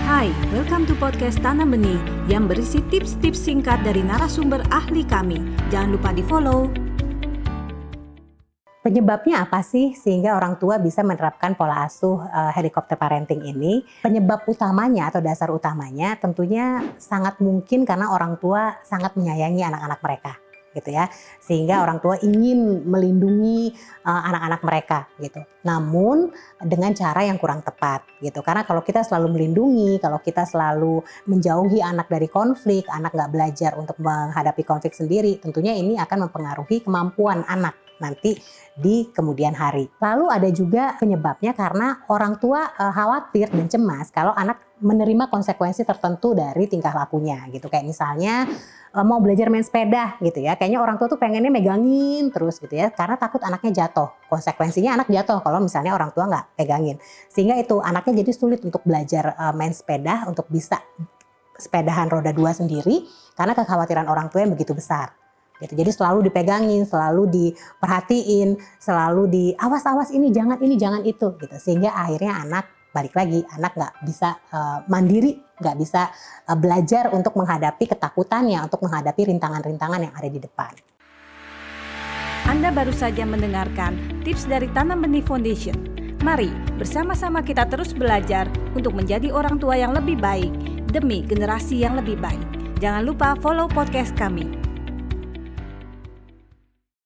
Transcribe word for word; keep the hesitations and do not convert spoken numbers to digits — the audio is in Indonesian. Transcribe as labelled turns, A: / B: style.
A: Hai, welcome to podcast Tanam Benih yang berisi tips-tips singkat dari narasumber ahli kami. Jangan lupa di-follow.
B: Penyebabnya apa sih sehingga orang tua bisa menerapkan pola asuh uh, helikopter parenting ini? Penyebab utamanya atau dasar utamanya tentunya sangat mungkin karena orang tua sangat menyayangi anak-anak mereka, gitu ya. Sehingga orang tua ingin melindungi uh, anak-anak mereka, gitu. Namun dengan cara yang kurang tepat, gitu. Karena kalau kita selalu melindungi, kalau kita selalu menjauhi anak dari konflik, anak nggak belajar untuk menghadapi konflik sendiri, tentunya ini akan mempengaruhi kemampuan anak nanti di kemudian hari. Lalu ada juga penyebabnya karena orang tua e, khawatir dan cemas kalau anak menerima konsekuensi tertentu dari tingkah lakunya gitu. Kayak misalnya e, mau belajar main sepeda gitu ya. Kayaknya orang tua tuh pengennya megangin terus gitu ya. Karena takut anaknya jatuh. Konsekuensinya anak jatuh kalau misalnya orang tua nggak pegangin. Sehingga itu anaknya jadi sulit untuk belajar e, main sepeda, untuk bisa sepedahan roda dua sendiri. Karena kekhawatiran orang tua yang begitu besar. Gitu. Jadi selalu dipegangin, selalu diperhatiin, selalu di awas-awas ini jangan ini jangan itu gitu. Sehingga akhirnya anak balik lagi, anak nggak bisa uh, mandiri, nggak bisa uh, belajar untuk menghadapi ketakutannya, untuk menghadapi rintangan-rintangan yang ada di depan.
A: Anda baru saja mendengarkan tips dari Tanam Benih Foundation. Mari bersama-sama kita terus belajar untuk menjadi orang tua yang lebih baik demi generasi yang lebih baik. Jangan lupa follow podcast kami.